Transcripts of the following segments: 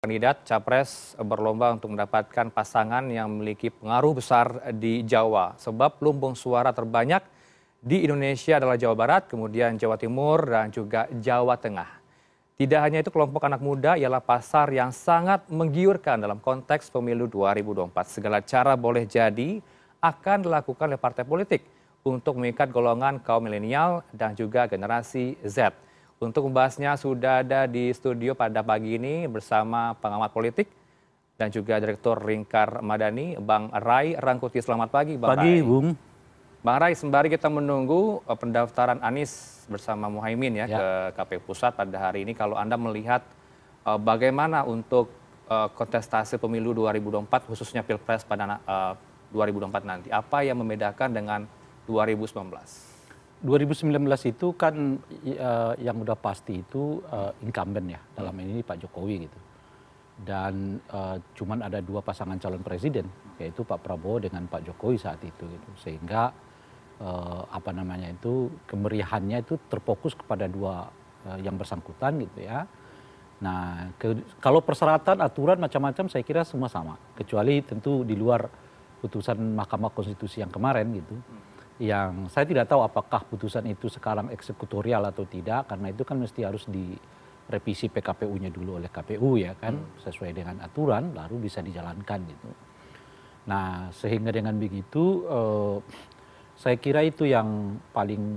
Kandidat Capres berlomba untuk mendapatkan pasangan yang memiliki pengaruh besar di Jawa. Sebab lumbung suara terbanyak di Indonesia adalah Jawa Barat, kemudian Jawa Timur, dan juga Jawa Tengah. Tidak hanya itu, kelompok anak muda ialah pasar yang sangat menggiurkan dalam konteks pemilu 2024. Segala cara boleh jadi akan dilakukan oleh partai politik untuk mengikat golongan kaum milenial dan juga generasi Z. Untuk membahasnya sudah ada di studio pada pagi ini bersama pengamat politik dan juga Direktur Lingkar Madani, Bang Ray Rangkuti. Selamat pagi, Bang Pagi, Ray. Bung. Bang Ray, sembari kita menunggu pendaftaran Anies bersama Muhaimin ya ke KPU Pusat pada hari ini, kalau Anda melihat bagaimana untuk kontestasi pemilu 2024 khususnya Pilpres pada 2024 nanti, apa yang membedakan dengan 2019? 2019 itu kan yang udah pasti itu incumbent ya, dalam ini Pak Jokowi gitu. Dan cuman ada dua pasangan calon presiden, yaitu Pak Prabowo dengan Pak Jokowi saat itu gitu. Sehingga kemeriahannya itu terfokus kepada dua yang bersangkutan gitu ya. Nah, kalau persyaratan, aturan macam-macam saya kira semua sama, kecuali tentu di luar putusan Mahkamah Konstitusi yang kemarin gitu. Yang saya tidak tahu apakah putusan itu sekarang eksekutorial atau tidak, karena itu kan mesti harus direvisi PKPU-nya dulu oleh KPU ya kan, sesuai dengan aturan baru bisa dijalankan gitu. Nah, sehingga dengan begitu saya kira itu yang paling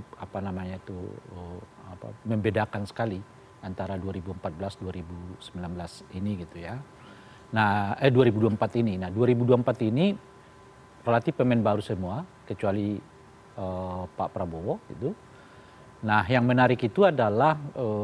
membedakan sekali antara 2014-2019 ini gitu ya. Nah, 2024 ini. Nah, 2024 ini relatif pemain baru semua kecuali Pak Prabowo gitu. Nah, yang menarik itu adalah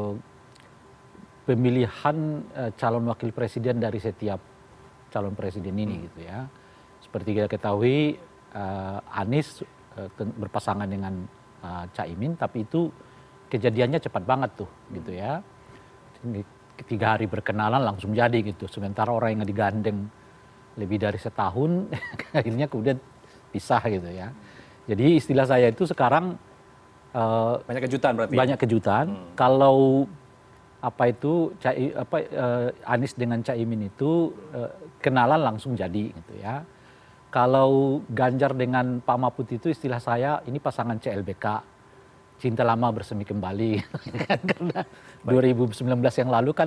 pemilihan calon wakil presiden dari setiap calon presiden ini gitu ya. Seperti kita ketahui Anies berpasangan dengan Caimin, tapi itu kejadiannya cepat banget tuh gitu ya. 3 hari berkenalan langsung jadi gitu. Sementara orang yang digandeng lebih dari setahun akhirnya kemudian pisah gitu ya. Jadi istilah saya itu sekarang banyak kejutan berarti. Banyak kejutan. Kalau Anies dengan Caimin itu kenalan langsung jadi gitu ya. Kalau Ganjar dengan Pak Mahfud itu istilah saya ini pasangan CLBK, cinta lama bersemi kembali. Karena 2019 yang lalu kan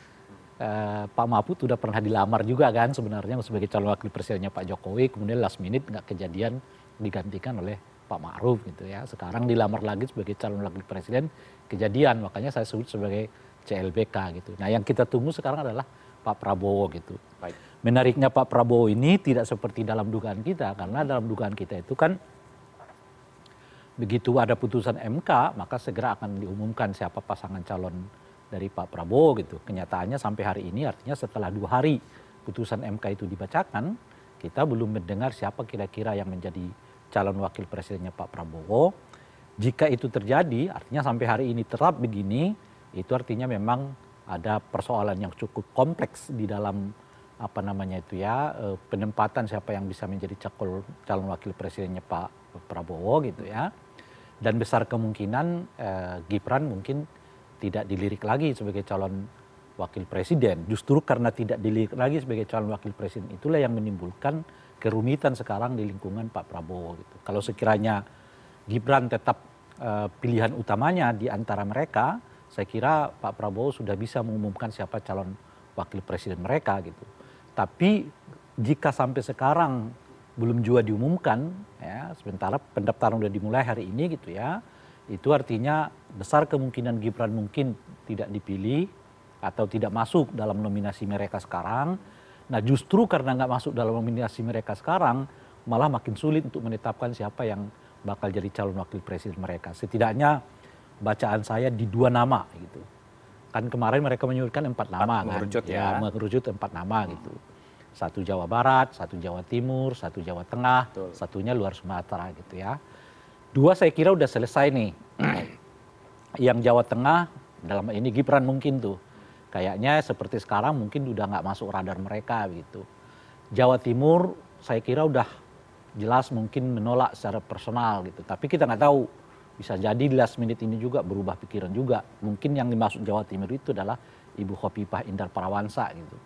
Pak Mahfud sudah pernah dilamar juga kan sebenarnya sebagai calon wakil presidennya Pak Jokowi, kemudian last minute nggak kejadian, digantikan oleh Pak Ma'ruf gitu ya. Sekarang dilamar lagi sebagai calon wakil presiden, kejadian, makanya saya sebut sebagai CLBK gitu. Nah, yang kita tunggu sekarang adalah Pak Prabowo gitu. Baik. Menariknya Pak Prabowo ini tidak seperti dalam dugaan kita, karena dalam dugaan kita itu kan begitu ada putusan MK maka segera akan diumumkan siapa pasangan calon dari Pak Prabowo gitu. Kenyataannya sampai hari ini, artinya setelah 2 hari putusan MK itu dibacakan, kita belum mendengar siapa kira-kira yang menjadi calon wakil presidennya Pak Prabowo. Jika itu terjadi, artinya sampai hari ini tetap begini, itu artinya memang ada persoalan yang cukup kompleks di dalam penempatan siapa yang bisa menjadi calon wakil presidennya Pak Prabowo gitu ya. Dan besar kemungkinan Gibran mungkin tidak dilirik lagi sebagai calon wakil presiden. Justru karena tidak dilirik lagi sebagai calon wakil presiden itulah yang menimbulkan kerumitan sekarang di lingkungan Pak Prabowo gitu. Kalau sekiranya Gibran tetap pilihan utamanya di antara mereka, saya kira Pak Prabowo sudah bisa mengumumkan siapa calon wakil presiden mereka gitu. Tapi jika sampai sekarang belum juga diumumkan, ya, sementara pendaftaran sudah dimulai hari ini gitu ya, itu artinya besar kemungkinan Gibran mungkin tidak dipilih atau tidak masuk dalam nominasi mereka sekarang. Nah, justru karena nggak masuk dalam nominasi mereka sekarang, malah makin sulit untuk menetapkan siapa yang bakal jadi calon wakil presiden mereka. Setidaknya bacaan saya di 2 nama gitu. Kan kemarin mereka menyebutkan 4 nama mengerucut kan. ya. Mengerucut 4 nama gitu. 1 Jawa Barat, 1 Jawa Timur, 1 Jawa Tengah, Betul. satunya luar Sumatera gitu ya. 2 saya kira udah selesai nih. Yang Jawa Tengah dalam ini Gibran mungkin tuh. Kayaknya seperti sekarang mungkin udah nggak masuk radar mereka gitu. Jawa Timur saya kira udah jelas mungkin menolak secara personal gitu. Tapi kita nggak tahu, bisa jadi di last minute ini juga berubah pikiran juga. Mungkin yang dimaksud Jawa Timur itu adalah Ibu Khofifah Indar Parawansa gitu.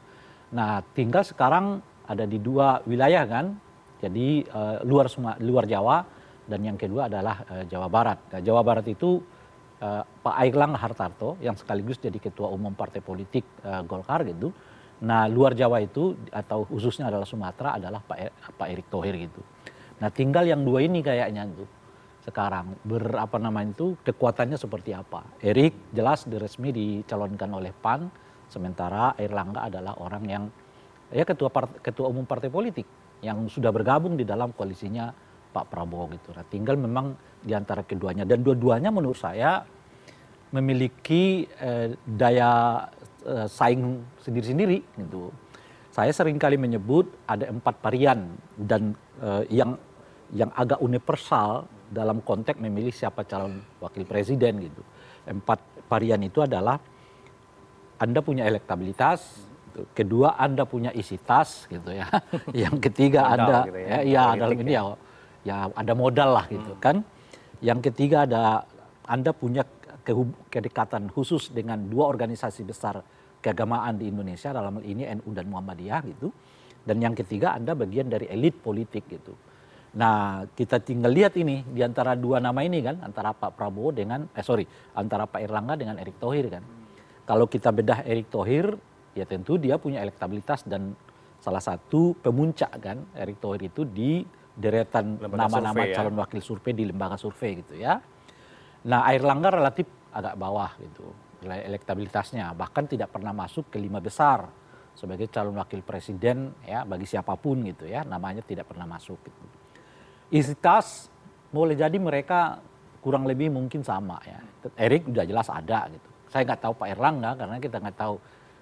Nah, tinggal sekarang ada di dua wilayah kan. Jadi luar Jawa dan yang kedua adalah Jawa Barat. Nah, Jawa Barat itu Pak Airlangga Hartarto yang sekaligus jadi ketua umum partai politik Golkar gitu. Nah, luar Jawa itu atau khususnya adalah Sumatera adalah Pak Erick Thohir gitu. Nah, tinggal yang dua ini kayaknya tuh sekarang kekuatannya seperti apa. Erick jelas resmi dicalonkan oleh PAN, sementara Airlangga adalah orang yang ketua umum partai politik yang sudah bergabung di dalam koalisinya Pak Prabowo gitu. Nah, tinggal memang di antara keduanya dan dua-duanya menurut saya memiliki daya saing sendiri-sendiri gitu. Saya sering kali menyebut ada 4 varian dan yang agak universal dalam konteks memilih siapa calon wakil presiden gitu. 4 varian itu adalah Anda punya elektabilitas, gitu. Kedua Anda punya isi tas gitu ya. Yang ketiga Modal Anda gitu dalam ini ya ada modal lah gitu kan. Yang ketiga Anda punya kedekatan khusus dengan 2 organisasi besar keagamaan di Indonesia, dalam hal ini NU dan Muhammadiyah gitu. Dan yang ketiga Anda bagian dari elit politik gitu. Nah, kita tinggal lihat ini di antara 2 nama ini kan, antara Pak Prabowo antara Pak Airlangga dengan Erick Thohir kan. Kalau kita bedah Erick Thohir, ya tentu dia punya elektabilitas dan salah satu pemuncak kan Erick Thohir itu di deretan nama-nama calon wakil survei di lembaga survei gitu ya. Nah, Airlangga relatif agak bawah gitu elektabilitasnya, bahkan tidak pernah masuk ke 5 besar sebagai calon wakil presiden ya bagi siapapun gitu ya, namanya tidak pernah masuk gitu. Isi tas boleh jadi mereka kurang lebih mungkin sama ya. Erick udah jelas ada gitu. Saya nggak tahu Pak Airlangga karena kita nggak tahu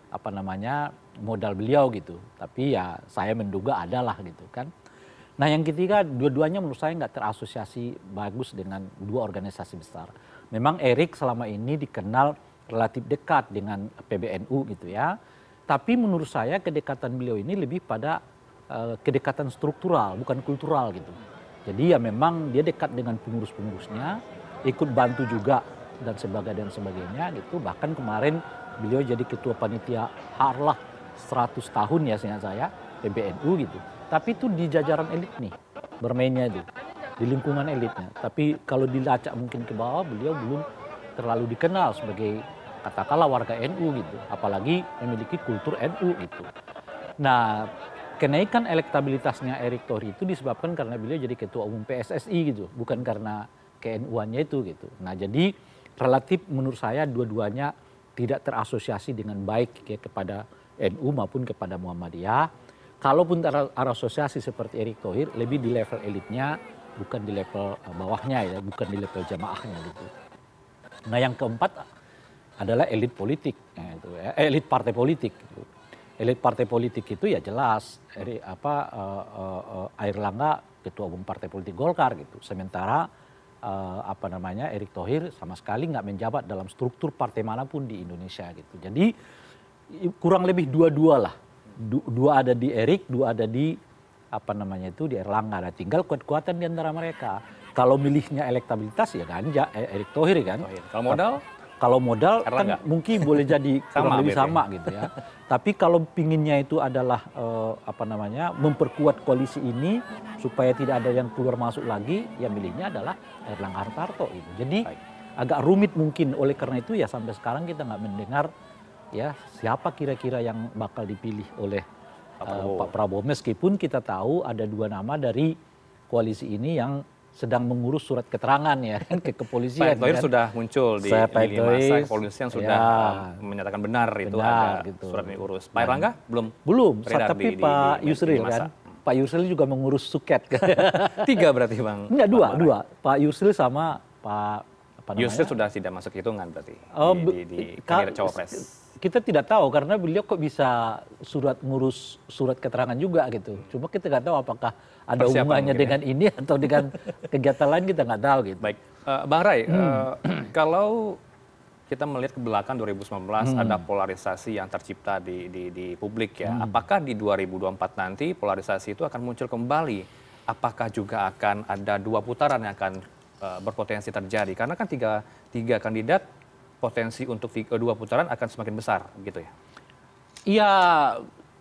modal beliau gitu. Tapi ya saya menduga ada lah gitu kan. Nah, yang ketiga dua-duanya menurut saya nggak terasosiasi bagus dengan 2 organisasi besar. Memang Erick selama ini dikenal relatif dekat dengan PBNU gitu ya. Tapi menurut saya kedekatan beliau ini lebih pada kedekatan struktural, bukan kultural gitu. Jadi ya memang dia dekat dengan pengurus-pengurusnya, ikut bantu juga dan sebagainya gitu. Bahkan kemarin beliau jadi ketua panitia Harlah 100 tahun ya seingat saya PBNU gitu. Tapi itu di jajaran elit nih bermainnya itu, di lingkungan elitnya. Tapi kalau dilacak mungkin ke bawah beliau belum terlalu dikenal sebagai katakanlah warga NU gitu. Apalagi memiliki kultur NU gitu. Nah, kenaikan elektabilitasnya Erick Thohir itu disebabkan karena beliau jadi ketua umum PSSI gitu. Bukan karena ke-NU-annya itu gitu. Nah, jadi relatif menurut saya dua-duanya tidak terasosiasi dengan baik ya, kepada NU maupun kepada Muhammadiyah. Kalaupun terasosiasi seperti Erick Thohir, lebih di level elitnya, bukan di level bawahnya ya, bukan di level jamaahnya gitu. Nah, yang keempat adalah elit politik, elit partai politik. Gitu. Elit partai politik itu ya jelas, Airlangga ketua umum partai politik Golkar gitu. Sementara Erick Thohir sama sekali nggak menjabat dalam struktur partai manapun di Indonesia gitu. Jadi kurang lebih dua-dua lah. 2 ada di Erick, 2 ada di di Airlangga. Nah, tinggal kuat-kuatan di antara mereka. Kalau milihnya elektabilitas ya Erick Thohir kan. Kalau modal kan mungkin boleh jadi kurang lebih sama gitu ya. Tapi kalau pinginnya itu adalah memperkuat koalisi ini supaya tidak ada yang keluar masuk lagi, ya milihnya adalah Airlangga Hartarto gitu. Jadi agak rumit mungkin, oleh karena itu ya sampai sekarang kita nggak mendengar ya siapa kira-kira yang bakal dipilih oleh Pak Prabowo. Meskipun kita tahu ada 2 nama dari koalisi ini yang sedang mengurus surat keterangan ya kan ke kepolisian. Pak Thohir sudah muncul di lini masa kepolisian sudah menyatakan benar itu ada gitu. Surat ini urus. Pak Airlangga belum. Tapi Pak Yusril kan. Pak Yusril juga mengurus suket. 3 berarti Bang. Enggak, 2. Pak Yusril sama Pak Yusril sudah tidak masuk hitungan berarti di kandidat cawapres. Kita tidak tahu karena beliau kok bisa ngurus surat keterangan juga gitu. Cuma kita nggak tahu apakah ada hubungannya dengan ini atau dengan kegiatan lain, kita nggak tahu gitu. Baik, Bang Ray, kalau kita melihat ke belakang 2019 ada polarisasi yang tercipta di publik ya. Apakah di 2024 nanti polarisasi itu akan muncul kembali? Apakah juga akan ada 2 putaran yang akan berpotensi terjadi? Karena kan tiga kandidat, potensi untuk 2 putaran akan semakin besar gitu ya. Iya,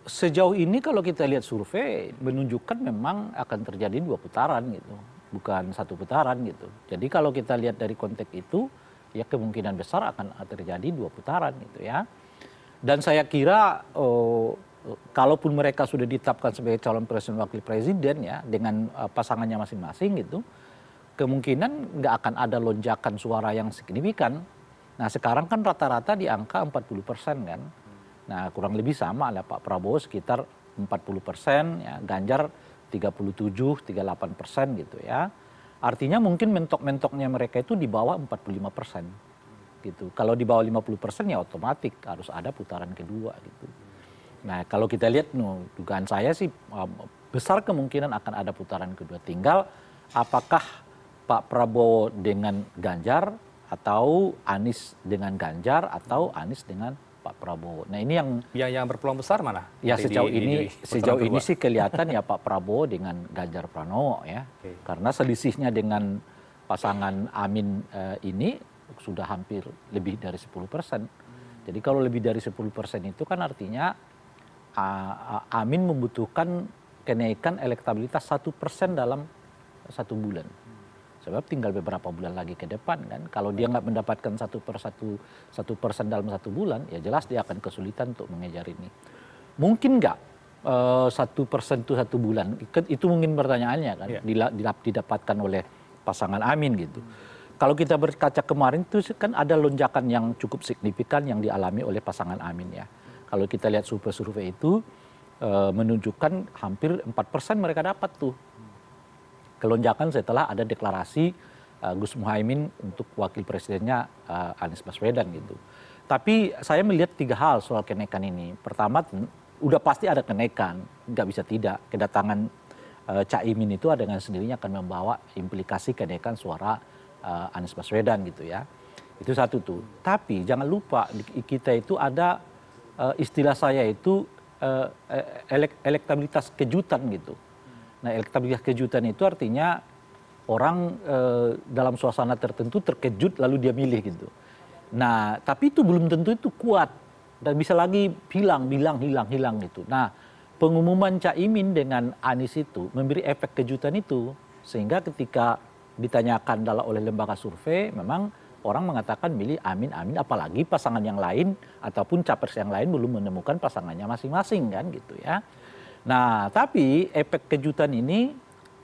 sejauh ini kalau kita lihat survei menunjukkan memang akan terjadi 2 putaran gitu, bukan 1 putaran gitu. Jadi kalau kita lihat dari konteks itu, ya kemungkinan besar akan terjadi 2 putaran gitu ya. Dan saya kira kalaupun mereka sudah ditetapkan sebagai calon presiden wakil presiden ya dengan pasangannya masing-masing gitu, kemungkinan nggak akan ada lonjakan suara yang signifikan. Nah sekarang kan rata-rata di angka 40% kan. Nah kurang lebih sama lah Pak Prabowo sekitar 40%, ya Ganjar 37-38% gitu ya. Artinya mungkin mentok-mentoknya mereka itu di bawah 45%. Gitu. Kalau di bawah 50% ya otomatis harus ada putaran kedua gitu. Nah kalau kita lihat dugaan saya sih besar kemungkinan akan ada putaran kedua. Tinggal apakah Pak Prabowo dengan Ganjar atau Anies dengan Ganjar atau Anies dengan Pak Prabowo. Nah ini yang berpeluang besar mana? Ya sejauh ini sih kelihatan ya Pak Prabowo dengan Ganjar Pranowo ya. Oke. Karena selisihnya dengan pasangan Amin ini sudah hampir lebih dari 10%. Jadi kalau lebih dari 10% itu kan artinya Amin membutuhkan kenaikan elektabilitas 1% dalam 1 bulan. Sebab tinggal beberapa bulan lagi ke depan kan. Kalau dia nggak mendapatkan 1% dalam 1 bulan, ya jelas dia akan kesulitan untuk mengejar ini. Mungkin nggak 1% itu 1 bulan? Itu mungkin pertanyaannya kan. Didapatkan oleh pasangan Amin gitu. Kalau kita berkaca kemarin itu kan ada lonjakan yang cukup signifikan yang dialami oleh pasangan Amin ya. Kalau kita lihat survei-survei itu menunjukkan hampir 4% mereka dapat tuh. Kelonjakan setelah ada deklarasi Gus Muhaimin untuk wakil presidennya Anies Baswedan gitu. Tapi saya melihat 3 hal soal kenaikan ini. Pertama, udah pasti ada kenaikan, nggak bisa tidak. Kedatangan Caimin itu dengan sendirinya akan membawa implikasi kenaikan suara Anies Baswedan gitu ya. Itu satu tuh. Tapi jangan lupa kita itu ada istilah saya itu elektabilitas kejutan gitu. Nah elektabilitas kejutan itu artinya orang dalam suasana tertentu terkejut lalu dia milih gitu. Nah tapi itu belum tentu itu kuat dan bisa lagi hilang gitu. Nah pengumuman Caimin dengan Anies itu memberi efek kejutan itu sehingga ketika ditanyakan oleh lembaga survei, memang orang mengatakan milih Amin, apalagi pasangan yang lain ataupun capres yang lain belum menemukan pasangannya masing-masing kan gitu ya. Nah tapi efek kejutan ini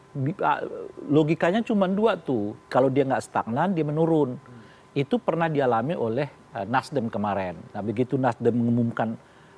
logikanya cuma 2 tuh. Kalau dia nggak stagnan, dia menurun. Itu pernah dialami oleh Nasdem kemarin. Nah begitu Nasdem mengumumkan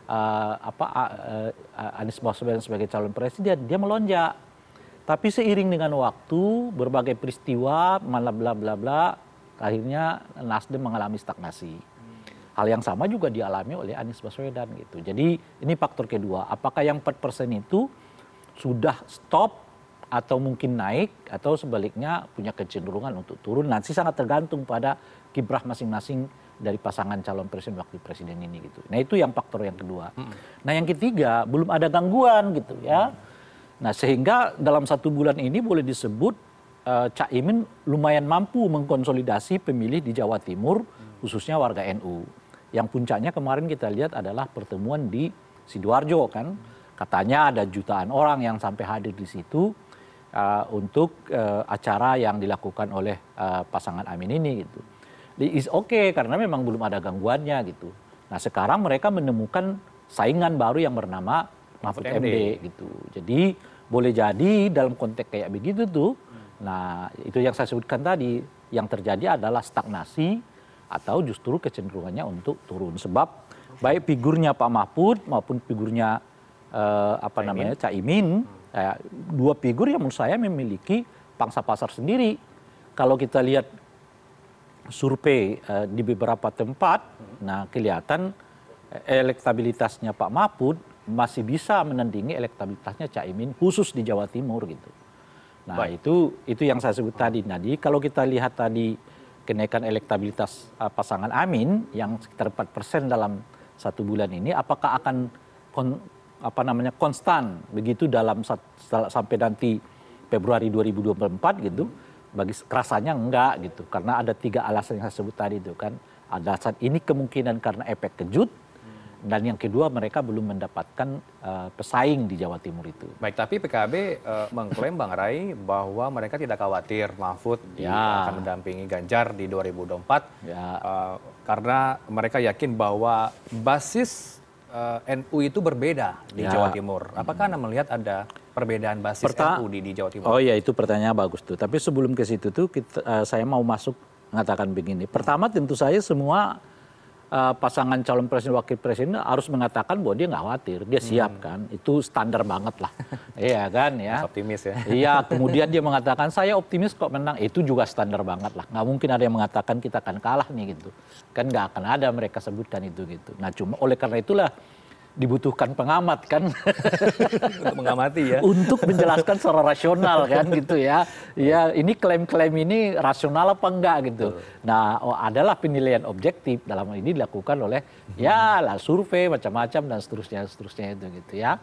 Anies Baswedan sebagai calon presiden, dia melonjak. Tapi seiring dengan waktu, berbagai peristiwa, malah bla bla bla, akhirnya Nasdem mengalami stagnasi. Hal yang sama juga dialami oleh Anies Baswedan gitu. Jadi ini faktor kedua. Apakah yang 4% itu sudah stop atau mungkin naik atau sebaliknya punya kecenderungan untuk turun? Nanti sangat tergantung pada kiprah masing-masing dari pasangan calon presiden wakil presiden ini gitu. Nah itu yang faktor yang kedua. Nah yang ketiga belum ada gangguan gitu ya. Nah sehingga dalam 1 bulan ini boleh disebut Caimin lumayan mampu mengkonsolidasi pemilih di Jawa Timur khususnya warga NU. Yang puncaknya kemarin kita lihat adalah pertemuan di Sidoarjo kan. Katanya ada jutaan orang yang sampai hadir di situ untuk acara yang dilakukan oleh pasangan Amin ini gitu. Is okay karena memang belum ada gangguannya gitu. Nah sekarang mereka menemukan saingan baru yang bernama Mahfud MD gitu. Jadi boleh jadi dalam konteks kayak begitu tuh, nah itu yang saya sebutkan tadi, yang terjadi adalah stagnasi atau justru kecenderungannya untuk turun. Sebab baik figurnya Pak Mahfud maupun figurnya Caimin, 2 figur yang menurut saya memiliki pangsa pasar sendiri. Kalau kita lihat survei di beberapa tempat, nah kelihatan elektabilitasnya Pak Mahfud masih bisa menandingi elektabilitasnya Caimin khusus di Jawa Timur gitu. Nah itu yang saya sebut tadi. Jadi kalau kita lihat tadi kenaikan elektabilitas pasangan Amin yang sekitar 4% dalam 1 bulan ini, apakah akan konstan begitu dalam sampai nanti Februari 2024 gitu? Bagi rasanya enggak gitu, karena ada 3 alasan yang saya sebut tadi itu kan. Alasan ini kemungkinan karena efek kejut. Dan yang kedua mereka belum mendapatkan pesaing di Jawa Timur itu. Baik, tapi PKB mengklaim Bang Rai bahwa mereka tidak khawatir Mahfud akan mendampingi Ganjar di 2024 karena mereka yakin bahwa basis NU itu berbeda di Jawa Timur. Apakah Anda melihat ada perbedaan basis NU di Jawa Timur? Oh iya, itu pertanyaan bagus tuh. Tapi sebelum ke situ tuh saya mau masuk mengatakan begini. Pertama tentu saja semua pasangan calon presiden wakil presiden harus mengatakan bahwa dia nggak khawatir, dia siap kan, itu standar banget lah, iya kan ya. Optimis ya. Iya, kemudian dia mengatakan saya optimis kok menang, itu juga standar banget lah, nggak mungkin ada yang mengatakan kita akan kalah nih gitu, kan nggak akan ada mereka sebutkan itu gitu. Nah cuma oleh karena itulah dibutuhkan pengamat kan untuk mengamati ya, untuk menjelaskan secara rasional kan gitu ya. Ya ini klaim-klaim ini rasional apa enggak gitu. Nah adalah penilaian objektif dalam ini dilakukan oleh ya lah survei macam-macam dan seterusnya itu gitu ya.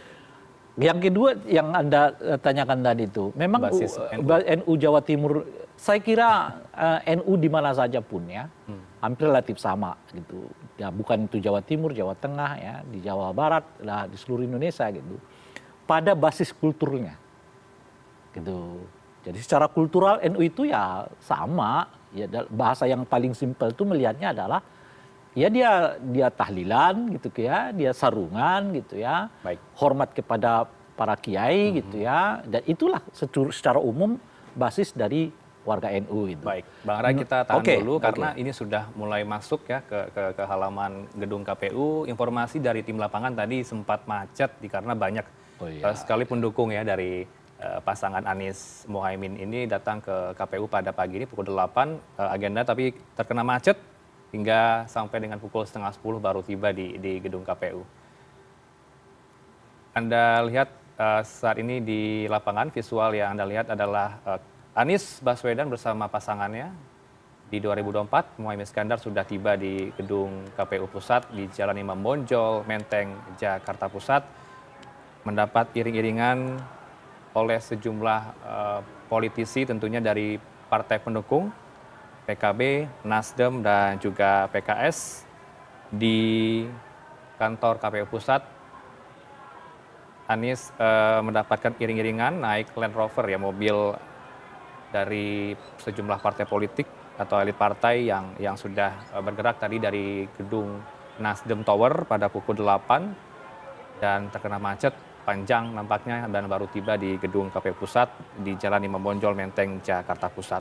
Yang kedua yang Anda tanyakan tadi itu memang NU Jawa Timur, saya kira NU di mana saja pun ya hampir relatif sama gitu. Ya bukan itu Jawa Timur, Jawa Tengah ya, di Jawa Barat, lah di seluruh Indonesia gitu. Pada basis kulturnya. Gitu. Jadi secara kultural NU itu ya sama, ya bahasa yang paling simpel itu melihatnya adalah ya dia tahlilan gitu ya, dia sarungan gitu ya. Baik. Hormat kepada para kiai gitu ya. Dan itulah secara umum basis dari warga NU itu. Baik, Bang Rai kita tahan dulu karena ini sudah mulai masuk ya ke halaman gedung KPU. Informasi dari tim lapangan tadi sempat macet karena banyak sekali pendukung ya dari pasangan Anies Mohaimin ini datang ke KPU pada pagi ini pukul 8 agenda, tapi terkena macet hingga sampai dengan pukul setengah 10 baru tiba di gedung KPU. Anda lihat saat ini di lapangan visual yang Anda lihat adalah Anies Baswedan bersama pasangannya di 2024, Muhaimin Iskandar sudah tiba di gedung KPU Pusat di Jalan Imam Bonjol, Menteng, Jakarta Pusat, mendapat iring-iringan oleh sejumlah politisi tentunya dari partai pendukung, PKB, Nasdem, dan juga PKS di kantor KPU Pusat. Anies mendapatkan iring-iringan naik Land Rover ya, mobil dari sejumlah partai politik atau elit partai yang sudah bergerak tadi dari gedung Nasdem Tower pada pukul 8 dan terkena macet panjang nampaknya dan baru tiba di gedung KPU Pusat di Jalan Imam Bonjol, Menteng, Jakarta Pusat.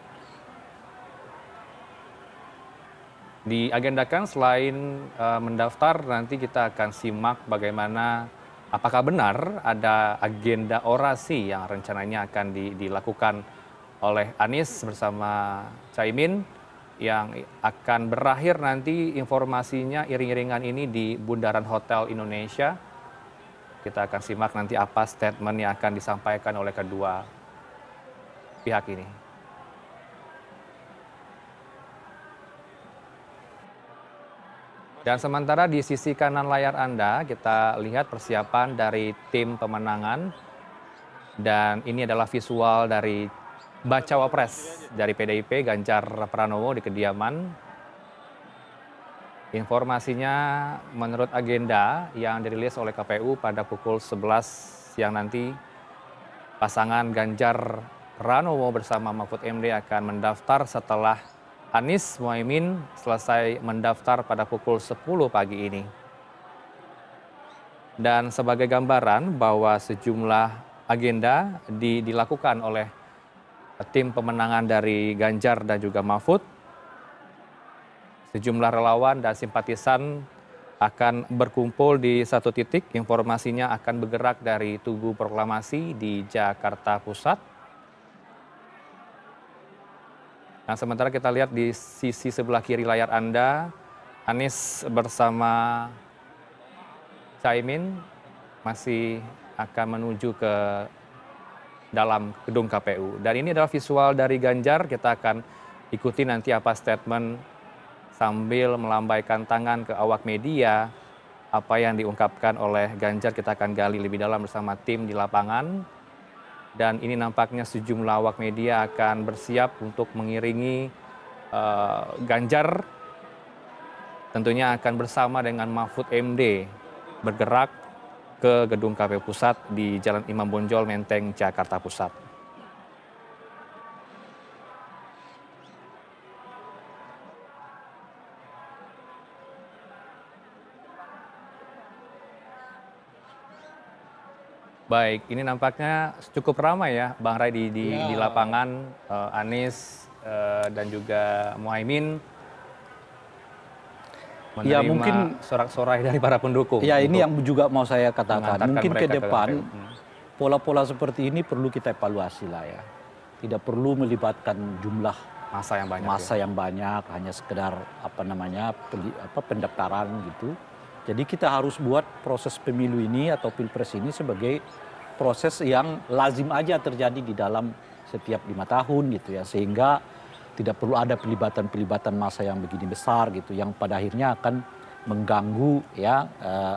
Diagendakan selain mendaftar, nanti kita akan simak bagaimana apakah benar ada agenda orasi yang rencananya akan dilakukan oleh Anies bersama Caimin yang akan berakhir nanti informasinya iring-iringan ini di Bundaran Hotel Indonesia. Kita akan simak nanti apa statement yang akan disampaikan oleh kedua pihak ini. Dan sementara di sisi kanan layar Anda, kita lihat persiapan dari tim pemenangan. Dan ini adalah visual dari Bacawa Pres dari PDIP Ganjar Pranowo di kediaman. Informasinya menurut agenda yang dirilis oleh KPU pada pukul 11 siang nanti, pasangan Ganjar Pranowo bersama Mahfud MD akan mendaftar setelah Anies Mohaimin selesai mendaftar pada pukul 10 pagi ini. Dan sebagai gambaran bahwa sejumlah agenda dilakukan oleh tim pemenangan dari Ganjar dan juga Mahfud. Sejumlah relawan dan simpatisan akan berkumpul di satu titik. Informasinya akan bergerak dari Tugu Proklamasi di Jakarta Pusat. Nah, sementara kita lihat di sisi sebelah kiri layar Anda, Anies bersama Caimin masih akan menuju ke dalam gedung KPU. Dan ini adalah visual dari Ganjar, kita akan ikuti nanti apa statement sambil melambaikan tangan ke awak media, apa yang diungkapkan oleh Ganjar kita akan gali lebih dalam bersama tim di lapangan. Dan ini nampaknya sejumlah awak media akan bersiap untuk mengiringi Ganjar tentunya akan bersama dengan Mahfud MD bergerak ke gedung KPU Pusat di Jalan Imam Bonjol, Menteng, Jakarta Pusat. Baik, ini nampaknya cukup ramai ya, Bang Ray di lapangan. Anies dan juga Muhaimin Ya menerima mungkin sorak-sorai dari para pendukung. ya ini untuk yang juga mau saya katakan. mengantarkan Mungkin ke mereka ke depan KPU. pola-pola seperti ini perlu kita evaluasi lah ya. Tidak perlu melibatkan jumlah Masa yang banyak. masa Ya. yang banyak, hanya sekedar pendaftaran gitu. Jadi kita harus buat proses pemilu ini atau pilpres ini sebagai proses yang lazim aja terjadi di dalam setiap 5 tahun gitu ya, sehingga tidak perlu ada pelibatan-pelibatan massa yang begini besar gitu, yang pada akhirnya akan mengganggu ya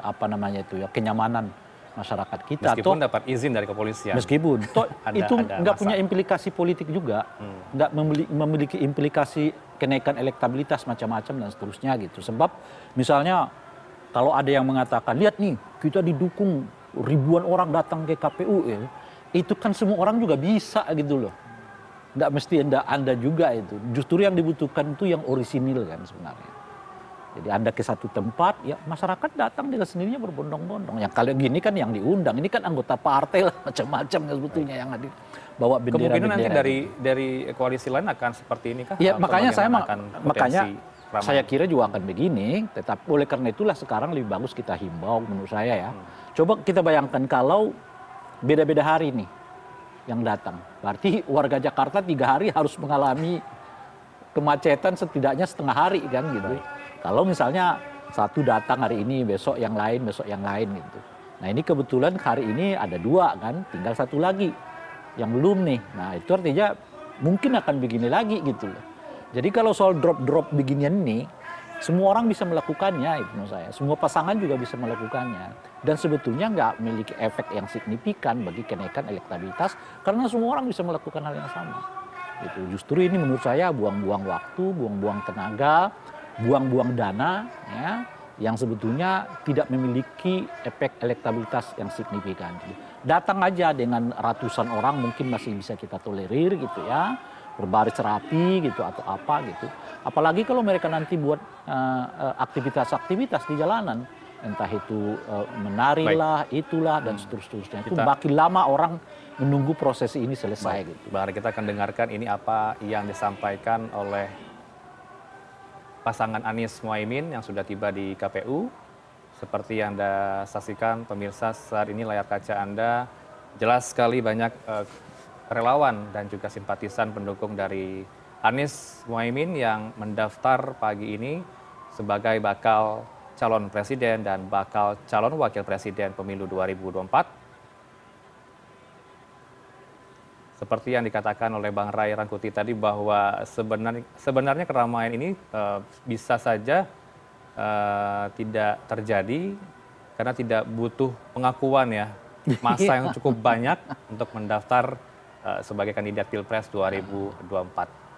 kenyamanan masyarakat kita. Meskipun dapat izin dari kepolisian. Meskipun itu nggak masa. punya implikasi politik juga, nggak memiliki implikasi kenaikan elektabilitas macam-macam dan seterusnya gitu. Sebab misalnya kalau ada yang mengatakan, lihat nih kita didukung ribuan orang datang ke KPU ya, itu kan semua orang juga bisa gitu loh. Nggak mesti anda juga itu. Justru yang dibutuhkan itu yang orisinil kan sebenarnya. Jadi Anda ke satu tempat, ya masyarakat datang dengan sendirinya berbondong-bondong. Yang kalau gini kan yang diundang, ini kan anggota partai lah macam-macam sebetulnya yang hadir bawa bendera-bendera. Kemungkinan nanti dari koalisi lain akan seperti ini kah? Ya Atau makanya bagaimana saya kira juga akan begini. Tetapi oleh karena itulah sekarang lebih bagus kita himbau menurut saya ya. Coba kita bayangkan kalau beda-beda hari nih yang datang. Berarti warga Jakarta 3 hari harus mengalami kemacetan setidaknya setengah hari kan gitu. Kalau misalnya satu datang hari ini, besok yang lain gitu. Nah ini kebetulan hari ini ada 2 kan, tinggal satu lagi yang belum nih. Nah itu artinya mungkin akan begini lagi gitu loh. Jadi kalau soal drop-drop beginian ini, semua orang bisa melakukannya itu menurut saya. Semua pasangan juga bisa melakukannya. Dan sebetulnya nggak memiliki efek yang signifikan bagi kenaikan elektabilitas karena semua orang bisa melakukan hal yang sama. Gitu. Justru ini menurut saya buang-buang waktu, buang-buang tenaga, buang-buang dana ya, yang sebetulnya tidak memiliki efek elektabilitas yang signifikan. Datang aja dengan ratusan orang mungkin masih bisa kita tolerir gitu ya, berbaris rapi gitu atau apa gitu. Apalagi kalau mereka nanti buat aktivitas-aktivitas di jalanan, entah itu menari lah, itulah dan seterusnya. Itu makin lama orang menunggu proses ini selesai. Gitu. Mari kita akan dengarkan ini apa yang disampaikan oleh pasangan Anies Muhaimin yang sudah tiba di KPU. Seperti yang Anda saksikan pemirsa saat ini layar kaca Anda, jelas sekali banyak relawan dan juga simpatisan pendukung dari Anies Muhaimin yang mendaftar pagi ini sebagai bakal calon presiden dan bakal calon wakil presiden pemilu 2024. Seperti yang dikatakan oleh Bang Ray Rangkuti tadi bahwa sebenarnya keramaian ini bisa saja tidak terjadi karena tidak butuh pengakuan ya, massa yang cukup banyak untuk mendaftar sebagai kandidat Pilpres 2024.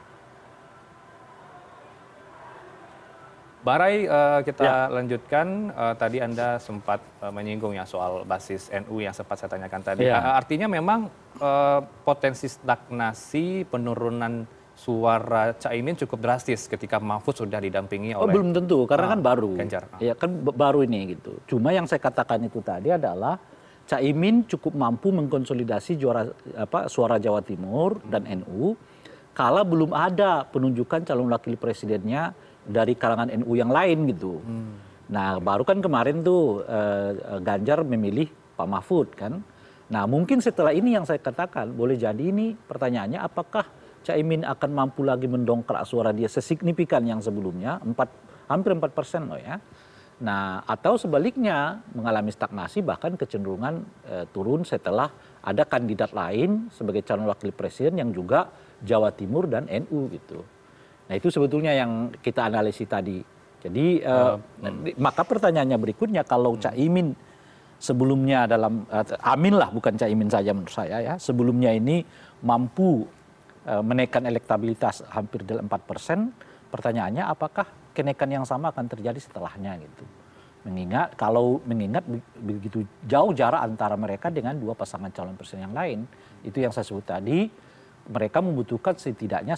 Bang Ray, kita lanjutkan. Tadi Anda sempat menyinggung ya soal basis NU yang sempat saya tanyakan tadi. Artinya memang potensi stagnasi penurunan suara Caimin cukup drastis ketika Mahfud sudah didampingi oleh... belum tentu, karena kan baru. Ganjar. Ya kan baru ini gitu. Cuma yang saya katakan itu tadi adalah Caimin cukup mampu mengkonsolidasi suara Jawa Timur dan NU kala belum ada penunjukan calon wakil presidennya dari kalangan NU yang lain gitu. Nah baru kan kemarin tuh Ganjar memilih Pak Mahfud kan. Nah mungkin setelah ini yang saya katakan boleh jadi ini pertanyaannya apakah Caimin akan mampu lagi mendongkrak suara dia sesignifikan yang sebelumnya, hampir 4% loh ya. Nah atau sebaliknya mengalami stagnasi bahkan kecenderungan turun setelah ada kandidat lain sebagai calon wakil presiden yang juga Jawa Timur dan NU gitu. Nah itu sebetulnya yang kita analisis tadi. Jadi maka pertanyaannya berikutnya kalau Caimin sebelumnya Amin lah bukan Caimin saja menurut saya ya, sebelumnya ini mampu menaikkan elektabilitas hampir 4%, pertanyaannya apakah kenaikan yang sama akan terjadi setelahnya gitu. Mengingat begitu jauh jarak antara mereka dengan dua pasangan calon presiden yang lain, itu yang saya sebut tadi, mereka membutuhkan setidaknya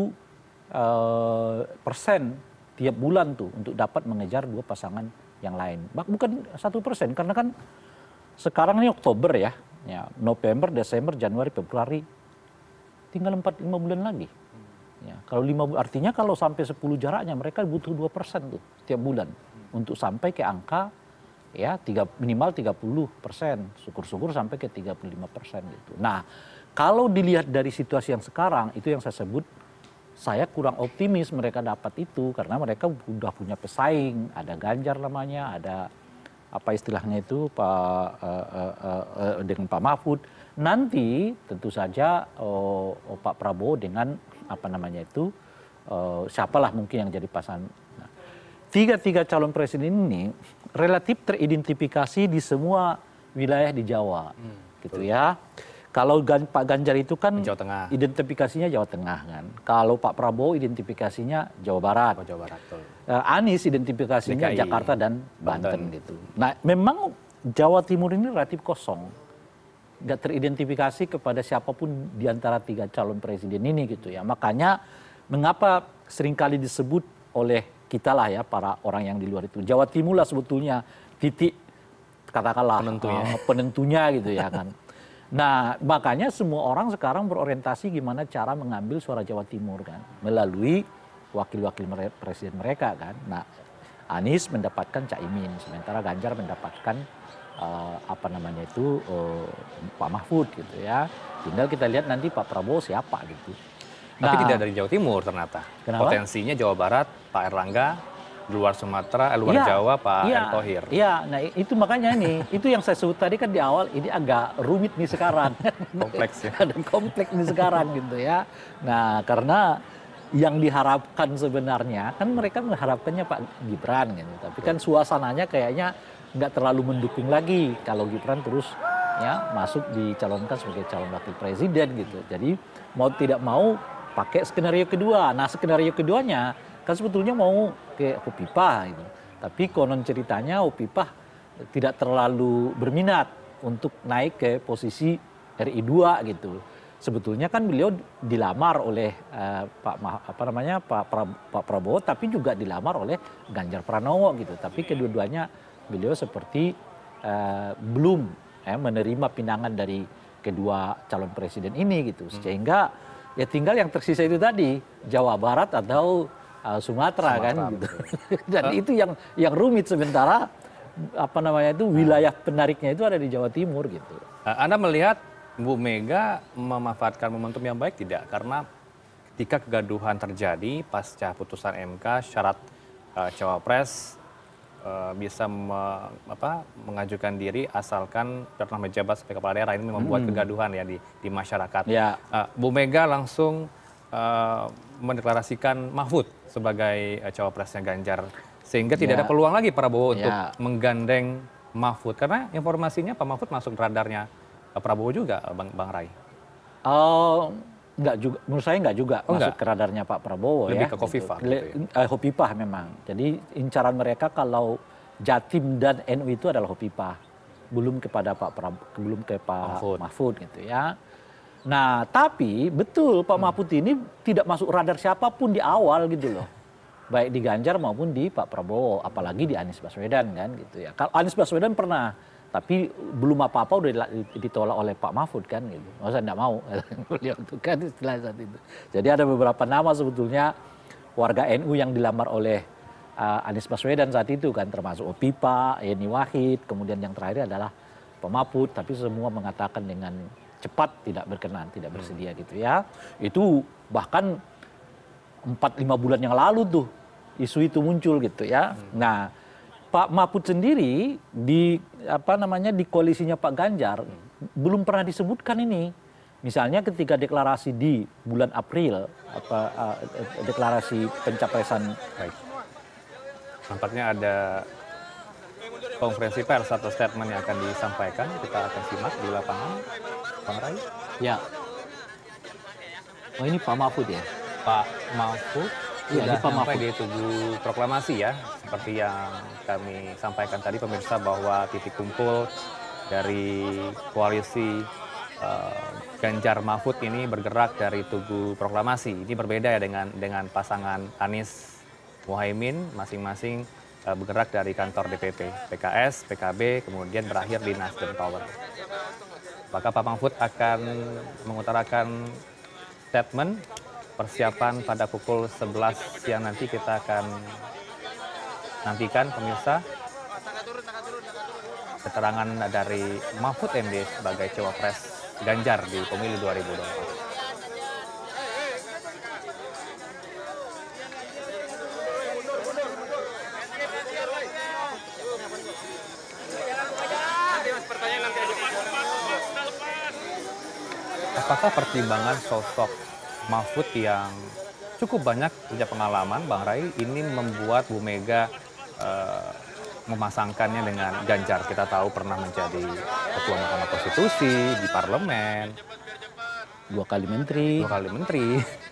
1% tiap bulan tuh untuk dapat mengejar dua pasangan yang lain. Bukan 1%, karena kan sekarang ini Oktober ya, November, Desember, Januari, Februari, tinggal 4-5 bulan lagi. Ya, kalau 5 artinya kalau sampai 10 jaraknya mereka butuh 2% tuh tiap bulan untuk sampai ke angka ya minimal 30%, syukur-syukur sampai ke 35% gitu. Nah, kalau dilihat dari situasi yang sekarang, itu yang saya sebut, saya kurang optimis mereka dapat itu karena mereka sudah punya pesaing, ada Ganjar namanya, ada apa istilahnya itu dengan Pak Mahfud. Nanti tentu saja Pak Prabowo dengan apa namanya itu siapalah mungkin yang jadi pasangan. Nah, tiga calon presiden ini relatif teridentifikasi di semua wilayah di Jawa, gitu ya. Kalau Pak Ganjar itu kan Jawa Tengah. Identifikasinya Jawa Tengah kan. Kalau Pak Prabowo identifikasinya Jawa Barat. Jawa Barat. Anies identifikasinya DKI, Jakarta dan Banten gitu. Nah, memang Jawa Timur ini relatif kosong. Nggak teridentifikasi kepada siapapun di antara 3 calon presiden ini gitu ya. Makanya mengapa seringkali disebut oleh kita lah ya, para orang yang di luar itu. Jawa Timur lah sebetulnya titik katakanlah penentunya gitu ya kan. Nah, makanya semua orang sekarang berorientasi gimana cara mengambil suara Jawa Timur kan, melalui wakil-wakil presiden mereka kan. Nah, Anies mendapatkan Caimin, sementara Ganjar mendapatkan Pak Mahfud gitu ya. Tinggal kita lihat nanti Pak Prabowo siapa gitu. Tapi tidak dari Jawa Timur ternyata. Kenapa? Potensinya Jawa Barat, Pak Erlangga, luar Sumatera, luar Jawa, Pak Erick Thohir. Iya, nah itu makanya itu yang saya sebut tadi kan di awal, ini agak rumit nih sekarang. Kompleks ya. Ada kompleks nih sekarang gitu ya. Nah, karena yang diharapkan sebenarnya, kan mereka mengharapkannya Pak Gibran gitu. Tapi kan suasananya kayaknya nggak terlalu mendukung lagi kalau Gibran terus ya masuk dicalonkan sebagai calon wakil presiden gitu. Jadi mau tidak mau pakai skenario kedua. Nah, skenario keduanya kan sebetulnya mau ke Hopipa gitu. Tapi konon ceritanya Hopipa tidak terlalu berminat untuk naik ke posisi RI 2 gitu. Sebetulnya kan beliau dilamar oleh Pak Prabowo, tapi juga dilamar oleh Ganjar Pranowo gitu. Tapi kedua-duanya beliau seperti belum menerima pinangan dari kedua calon presiden ini gitu. Sehingga ya tinggal yang tersisa itu tadi, Jawa Barat atau Sumatera kan gitu. Dan itu yang rumit, sementara wilayah penariknya itu ada di Jawa Timur gitu. Anda melihat Bu Mega memanfaatkan momentum yang baik tidak? Karena ketika kegaduhan terjadi pasca putusan MK, syarat cawapres bisa mengajukan diri asalkan pernah menjabat sebagai kepala daerah, ini membuat kegaduhan ya di masyarakat. Ya. Bu Mega langsung mendeklarasikan Mahfud sebagai cawapresnya Ganjar, sehingga tidak ada peluang lagi Prabowo untuk menggandeng Mahfud, karena informasinya Pak Mahfud masuk radarnya Prabowo juga, Bang Rai. Enggak juga, menurut saya enggak juga masuk ke radarnya Pak Prabowo. Lebih ke Khofifah gitu ya? Khofifah memang. Jadi incaran mereka kalau Jatim dan NU itu adalah Khofifah, belum kepada Pak Mahfud gitu ya. Nah, tapi betul Pak Mahfud ini tidak masuk radar siapapun di awal gitu loh. Baik di Ganjar maupun di Pak Prabowo, apalagi di Anies Baswedan kan gitu ya. Kalau Anies Baswedan pernah, tapi belum apa-apa udah ditolak oleh Pak Mahfud kan gitu. Masa enggak mau beliau itu kan istilah saat itu. Jadi ada beberapa nama sebetulnya warga NU yang dilamar oleh Anies Baswedan saat itu kan, termasuk Hopipa, Yeni Wahid, kemudian yang terakhir adalah Pak Mahfud, tapi semua mengatakan dengan cepat tidak berkenan, tidak bersedia gitu ya. Itu bahkan 4-5 bulan yang lalu tuh isu itu muncul gitu ya. Nah, Pak Mahfud sendiri di koalisinya Pak Ganjar belum pernah disebutkan ini. Misalnya ketika deklarasi di bulan April, deklarasi pencapresan. Baik. Nampaknya ada konferensi pers atau statement yang akan disampaikan. Kita akan simak di lapangan, Bang Rai. Ya. Oh, ini Pak Mahfud ya? Pak Mahfud Sudah Iya, di Pak sampai Mahfud. di Tugu Proklamasi ya, seperti yang kami sampaikan tadi pemirsa bahwa titik kumpul dari koalisi Ganjar Mahfud ini bergerak dari Tugu Proklamasi. Ini berbeda ya dengan pasangan Anies Muhaimin, masing-masing bergerak dari kantor DPP, PKS, PKB, kemudian berakhir di Nasdem Tower. Maka Pak Mahfud akan mengutarakan statement persiapan pada pukul 11 siang nanti. Kita akan nantikan pemirsa keterangan dari Mahfud MD sebagai cawapres Ganjar di pemilu 2024. Apakah pertimbangan sosok Mahfud yang cukup banyak punya pengalaman, Bang Rai, ini membuat Bu Mega memasangkannya dengan Ganjar? Kita tahu pernah menjadi Ketua Mahkamah Konstitusi di parlemen, 2 kali menteri. 2 kali menteri.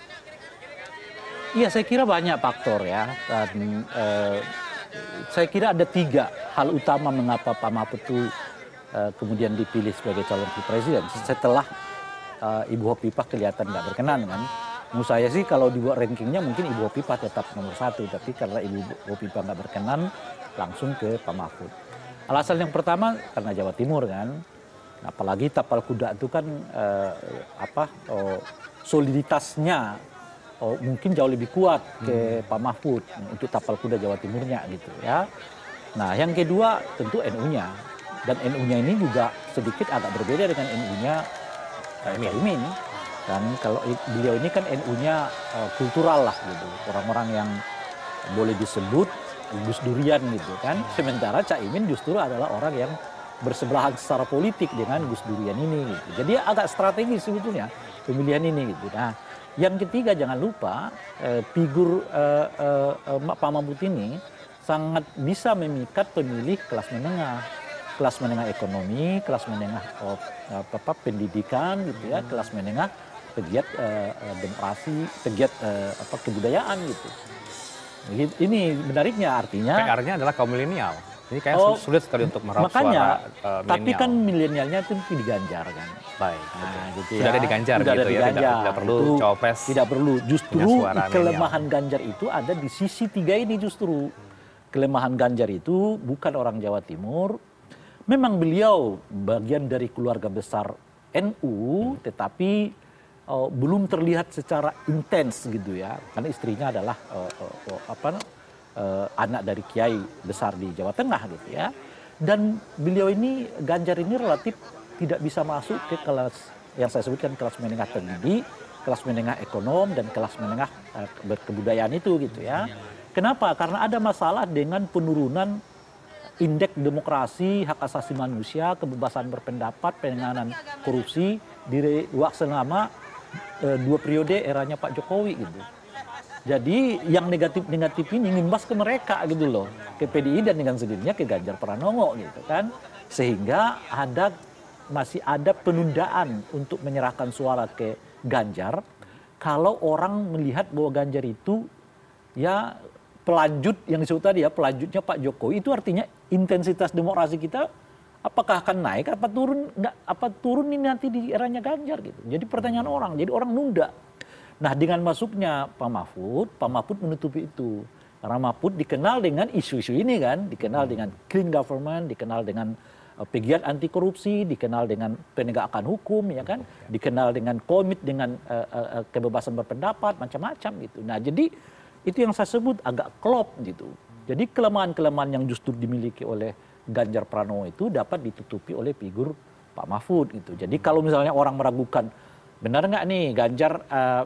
Iya, saya kira banyak faktor ya. Dan saya kira ada 3 hal utama mengapa Pak Mahfud itu kemudian dipilih sebagai calon presiden. Setelah Ibu Hovifah kelihatan nggak berkenan kan. Menurut saya sih kalau dibuat rankingnya mungkin Ibu Hovifah tetap nomor 1. Tapi karena Ibu Hovifah nggak berkenan, langsung ke Pak Mahfud. Alasan yang pertama karena Jawa Timur kan. Apalagi tapal kuda itu kan soliditasnya mungkin jauh lebih kuat ke Pak Mahfud untuk tapal kuda Jawa Timurnya gitu ya. Nah yang kedua tentu NU-nya. Dan NU-nya ini juga sedikit agak berbeda dengan NU-nya Caimin. Dan kalau beliau ini kan NU-nya kultural lah gitu. Orang-orang yang boleh disebut Gus Durian gitu kan. Sementara Caimin justru adalah orang yang bersebelahan secara politik dengan Gus Durian ini gitu. Jadi agak strategis sebetulnya pemilihan ini gitu. Nah yang ketiga jangan lupa figur Pak Mahfud ini sangat bisa memikat pemilih kelas menengah ekonomi, kelas menengah pendidikan gitu ya, kelas menengah pegiat demokrasi, pegiat kebudayaan gitu. Ini menariknya artinya. PR-nya adalah kaum milenial. Ini kayaknya sulit sekali untuk meraup suara milenial. Tapi kan milenialnya itu di Ganjar kan. Baik. Nah, gitu sudah ada di Ganjar gitu ya, tidak perlu cawapres. Tidak perlu. Justru kelemahan Ganjar itu ada di sisi 3 ini justru. Kelemahan Ganjar itu bukan orang Jawa Timur. Memang beliau bagian dari keluarga besar NU, tetapi belum terlihat secara intens gitu ya. Karena istrinya adalah anak dari kiai besar di Jawa Tengah gitu ya. Dan beliau ini, Ganjar ini relatif tidak bisa masuk ke kelas yang saya sebutkan kelas menengah tinggi, kelas menengah ekonom, dan kelas menengah berkebudayaan itu gitu ya. Kenapa? Karena ada masalah dengan penurunan indeks demokrasi, hak asasi manusia, kebebasan berpendapat, penanganan korupsi di waktu selama 2 periode eranya Pak Jokowi gitu. Jadi yang negatif-negatif ini ngimbas ke mereka gitu loh, ke PDI dan dengan sendirinya ke Ganjar Pranowo gitu kan. Sehingga masih ada penundaan untuk menyerahkan suara ke Ganjar kalau orang melihat bahwa Ganjar itu ya pelanjut yang disebut tadi ya, pelanjutnya Pak Jokowi, itu artinya intensitas demokrasi kita apakah akan naik apa turun ini nanti di eranya Ganjar gitu. Jadi pertanyaan orang, jadi orang nunda. Nah dengan masuknya Pak Mahfud menutupi itu. Karena Mahfud dikenal dengan isu-isu ini kan, dikenal dengan clean government, dikenal dengan pegiat anti korupsi, dikenal dengan penegakan hukum ya kan, dikenal dengan komit dengan kebebasan berpendapat macam-macam gitu. Nah jadi itu yang saya sebut agak klop gitu. Jadi kelemahan-kelemahan yang justru dimiliki oleh Ganjar Pranowo itu dapat ditutupi oleh figur Pak Mahfud gitu. Jadi kalau misalnya orang meragukan benar nggak nih Ganjar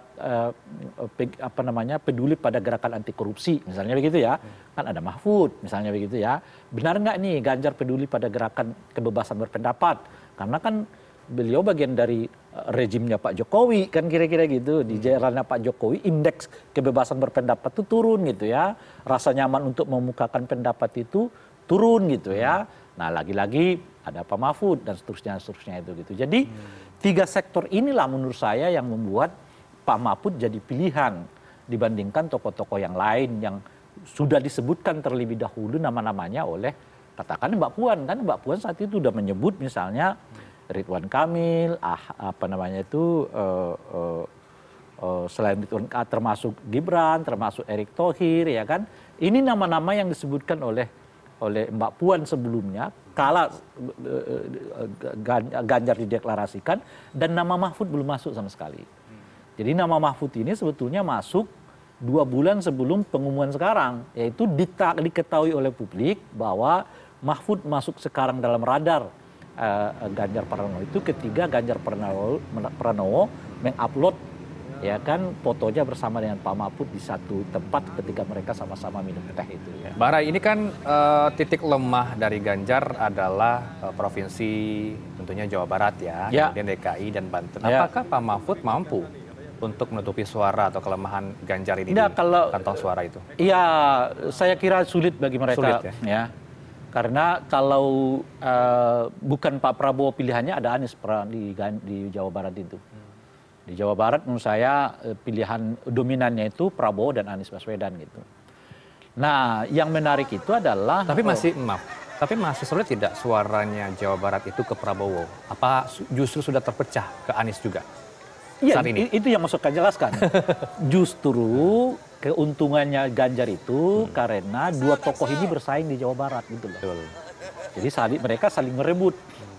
peduli pada gerakan anti korupsi misalnya begitu ya, kan ada Mahfud misalnya begitu ya. Benar nggak nih Ganjar peduli pada gerakan kebebasan berpendapat karena kan beliau bagian dari rejimnya Pak Jokowi kan kira-kira gitu. Di jalannya Pak Jokowi indeks kebebasan berpendapat itu turun gitu ya, rasa nyaman untuk memukakan pendapat itu turun gitu ya. Nah lagi-lagi ada Pak Mahfud dan seterusnya itu gitu. Jadi 3 sektor inilah menurut saya yang membuat Pak Mahfud jadi pilihan dibandingkan tokoh-tokoh yang lain yang sudah disebutkan terlebih dahulu nama-namanya oleh katakan Mbak Puan kan. Mbak Puan saat itu sudah menyebut misalnya Ridwan Kamil, apa namanya itu selain Ridwan termasuk Gibran, termasuk Erick Thohir ya kan. Ini nama-nama yang disebutkan oleh Mbak Puan sebelumnya kala Ganjar dideklarasikan dan nama Mahfud belum masuk sama sekali. Jadi nama Mahfud ini sebetulnya masuk 2 bulan sebelum pengumuman sekarang, yaitu diketahui oleh publik bahwa Mahfud masuk sekarang dalam radar Ganjar Pranowo itu ketika Ganjar Pranowo mengupload ya kan fotonya bersama dengan Pak Mahfud di satu tempat ketika mereka sama-sama minum teh itu. Ya. Bang Ray, ini kan titik lemah dari Ganjar adalah provinsi tentunya Jawa Barat ya, kemudian DKI dan Banten. Apakah Pak Mahfud mampu untuk menutupi suara atau kelemahan Ganjar ini di kantong suara itu? Iya, saya kira sulit bagi mereka. Sulit, ya. Karena kalau bukan Pak Prabowo pilihannya ada Anies di Jawa Barat itu. Di Jawa Barat menurut saya pilihan dominannya itu Prabowo dan Anies Baswedan gitu. Nah, yang menarik itu adalah tapi masih sulit tidak suaranya Jawa Barat itu ke Prabowo? Apa justru sudah terpecah ke Anies juga? Iya, itu yang maksud saya jelaskan. Justru keuntungannya Ganjar itu karena 2 tokoh ini bersaing di Jawa Barat gitu loh. Betul. Jadi mereka saling merebut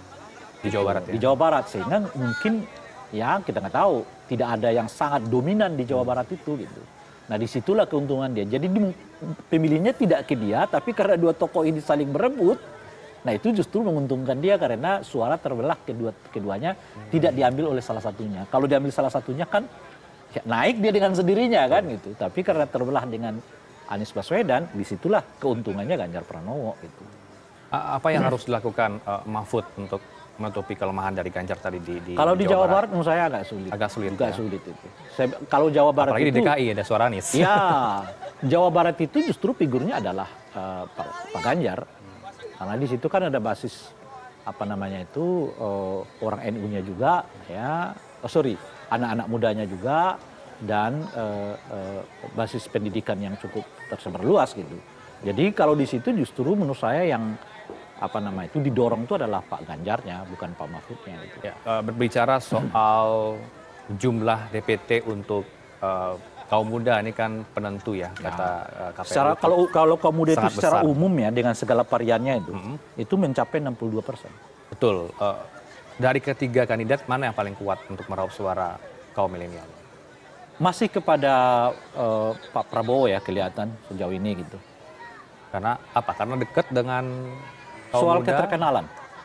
di Jawa Barat. Di Jawa Barat sehingga mungkin ya kita nggak tahu tidak ada yang sangat dominan di Jawa Barat itu gitu. Nah disitulah keuntungan dia. Jadi pemilihnya tidak ke dia, tapi karena 2 tokoh ini saling berebut, nah itu justru menguntungkan dia karena suara terbelah keduanya tidak diambil oleh salah satunya. Kalau diambil salah satunya kan ya naik dia dengan sendirinya kan gitu. Tapi karena terbelah dengan Anies Baswedan, disitulah keuntungannya Ganjar Pranowo gitu. Apa yang harus dilakukan Mahfud untuk menutupi kelemahan dari Ganjar tadi di kalau di Jawa Barat menurut saya agak sulit. Juga sulit itu. Kalau Jawa Barat apalagi itu, di DKI ada suara Anies. Ya, Jawa Barat itu justru figurnya adalah Pak Ganjar. Karena di situ kan ada basis apa namanya itu orang NU-nya juga ya, anak-anak mudanya juga dan basis pendidikan yang cukup tersebar luas gitu. Jadi kalau di situ justru menurut saya yang apa nama itu didorong itu adalah Pak Ganjarnya bukan Pak Mahfudnya gitu. Ya, berbicara soal jumlah DPT untuk kaum muda ini kan penentu ya kata KPU. Secara kalau kaum muda itu secara umum ya dengan segala variannya itu mencapai 62%. Betul. Dari ketiga kandidat mana yang paling kuat untuk meraup suara kaum milenial? Masih kepada Pak Prabowo ya kelihatan sejauh ini gitu. Karena apa? Karena dekat dengan kaum soal muda, keterkenalan.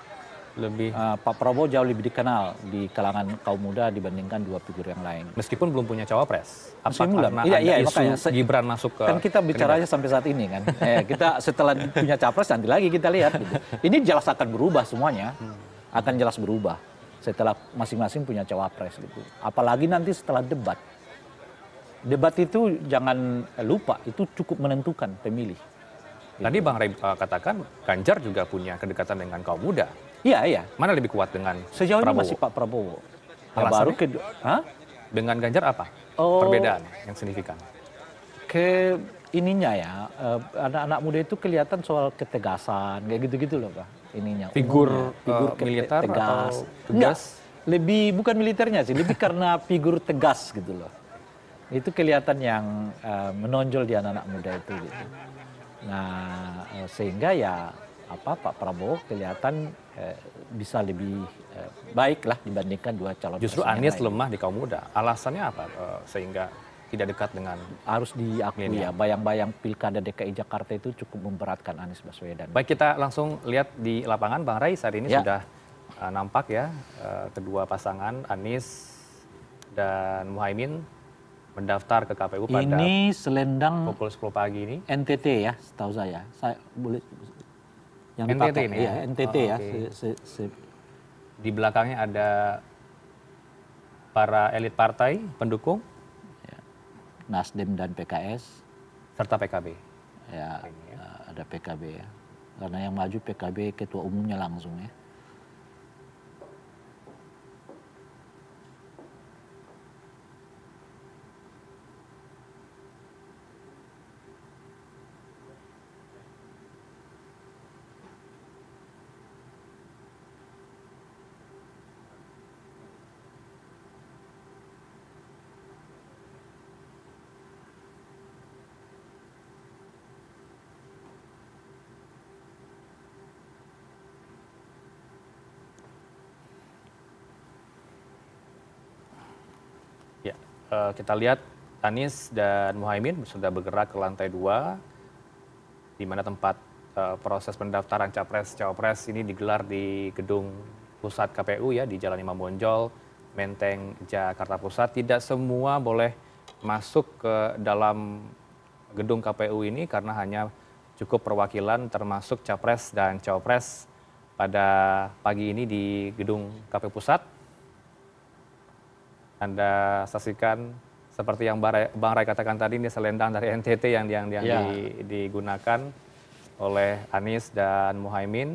Lebih Pak Prabowo jauh lebih dikenal di kalangan kaum muda dibandingkan 2 figur yang lain. Meskipun belum punya cawapres. Apa karena ada isu Gibran masuk ke kan kita bicaranya sampai saat ini kan. Kita setelah punya capres nanti lagi kita lihat gitu. Ini jelas akan berubah semuanya. Akan jelas berubah setelah masing-masing punya cawapres gitu. Apalagi nanti setelah debat. Debat itu jangan lupa itu cukup menentukan pemilih. Gitu. Tadi Bang Ray katakan Ganjar juga punya kedekatan dengan kaum muda. Iya. Mana lebih kuat dengan sejauh ini Prabowo? masih Pak Prabowo. Baru dengan Ganjar apa? Perbedaan yang signifikan? Ininya ya, anak-anak muda itu kelihatan soal ketegasan, kayak gitu-gitu loh Pak. Ininya. Figur militer tegas. Atau tegas? Lebih bukan militernya sih, lebih karena figur tegas gitu loh. Itu kelihatan yang menonjol di anak-anak muda itu gitu. Nah, sehingga ya Pak Prabowo kelihatan bisa lebih baik lah dibandingkan 2 calon. Justru Anies lemah di kaum muda. Alasannya apa sehingga tidak dekat dengan harus diakui ya, bayang-bayang pilkada DKI Jakarta itu cukup memberatkan Anies Baswedan. Baik, kita langsung lihat di lapangan Bang Ray saat ini sudah nampak ya kedua pasangan Anies dan Muhaimin mendaftar ke KPU pada ini selendang pukul 10 pagi ini. NTT ya, setahu saya. Saya boleh yang NTT dipakai ini ya, NTT ya. Okay. Di belakangnya ada para elit partai pendukung Nasdem dan PKS serta PKB. Ya, ada PKB ya. Karena yang maju PKB ketua umumnya langsung ya. kita lihat Anies dan Muhaimin sudah bergerak ke lantai 2, di mana tempat proses pendaftaran Capres-Cawapres ini digelar di gedung pusat KPU ya, di Jalan Imam Bonjol, Menteng, Jakarta Pusat. Tidak semua boleh masuk ke dalam gedung KPU ini karena hanya cukup perwakilan termasuk Capres dan Cawapres pada pagi ini di gedung KPU Pusat. Anda saksikan seperti yang Bang Ray katakan tadi, ini selendang dari NTT yang digunakan oleh Anies dan Muhaimin.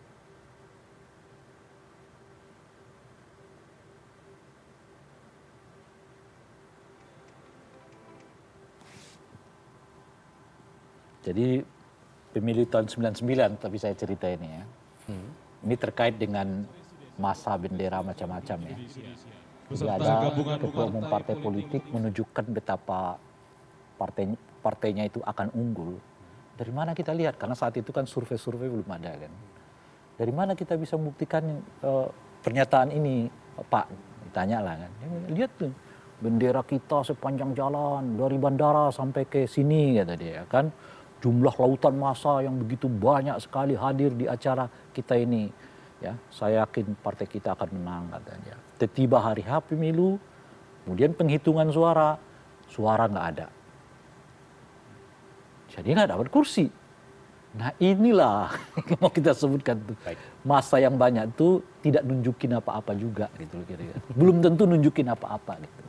Jadi pemilu tahun 99 tapi saya cerita ini ya. Ini terkait dengan masa bendera macam-macam ya. Jadi ada ketua umum partai politik menunjukkan betapa partainya itu akan unggul. Dari mana kita lihat? Karena saat itu kan survei-survei belum ada kan. Dari mana kita bisa membuktikan pernyataan ini, Pak? Ditanya lah kan. Lihat tuh, bendera kita sepanjang jalan dari bandara sampai ke sini kata dia kan. Jumlah lautan massa yang begitu banyak sekali hadir di acara kita ini. Ya, saya yakin partai kita akan menang katanya. Tiba hari H pemilu, kemudian penghitungan suara nggak ada. Jadi nggak dapat kursi. Nah inilah mau kita sebutkan tuh. Masa yang banyak tuh tidak nunjukin apa-apa juga gitu kira-kira. Belum tentu nunjukin apa-apa gitu.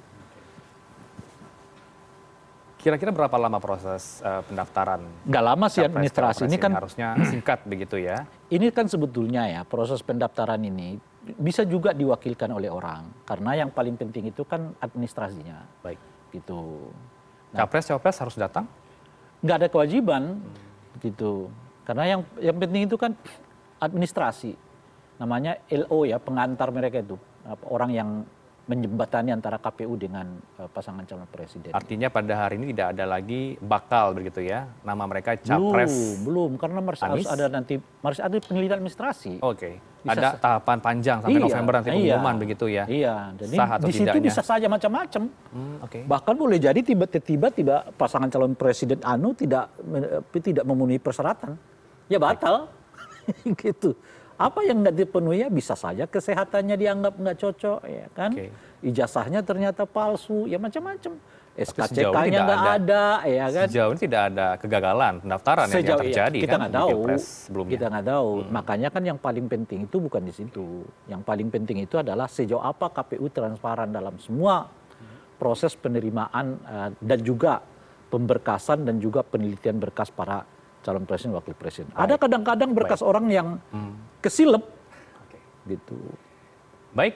Kira-kira berapa lama proses pendaftaran? Nggak lama sih administrasi ini kan harusnya singkat begitu ya. Ini kan sebetulnya ya proses pendaftaran ini bisa juga diwakilkan oleh orang karena yang paling penting itu kan administrasinya. Baik. Gitu. Nah, Capres-Cawapres harus datang? Nggak ada kewajiban gitu. Karena yang penting itu kan administrasi. Namanya LO ya, pengantar mereka itu. Orang yang menjembatani antara KPU dengan pasangan calon presiden. Artinya pada hari ini tidak ada lagi bakal begitu ya, nama mereka Capres. Belum, karena harus ada penelitian administrasi. Oke. Ada tahapan panjang sampai November nanti pengumuman begitu ya. Iya, jadi sah atau di situ tidaknya. bisa saja macam-macam. Okay. Bahkan boleh jadi tiba-tiba pasangan calon presiden tidak memenuhi persyaratan. Ya batal. Gitu. Apa yang nggak dipenuhi ya bisa saja kesehatannya dianggap nggak cocok, ya kan? Ijazahnya ternyata palsu, ya macam-macam. SKCK-nya nggak ada, ya kan? Sejauh ini tidak ada kegagalan pendaftaran yang terjadi kita kan nggak tahu. sebelumnya. Kita nggak tahu. Makanya kan yang paling penting itu bukan di situ. Yang paling penting itu adalah sejauh apa KPU transparan dalam semua proses penerimaan dan juga pemberkasan dan juga penelitian berkas para calon presiden wakil presiden. Ada kadang-kadang berkas orang yang kesilep gitu.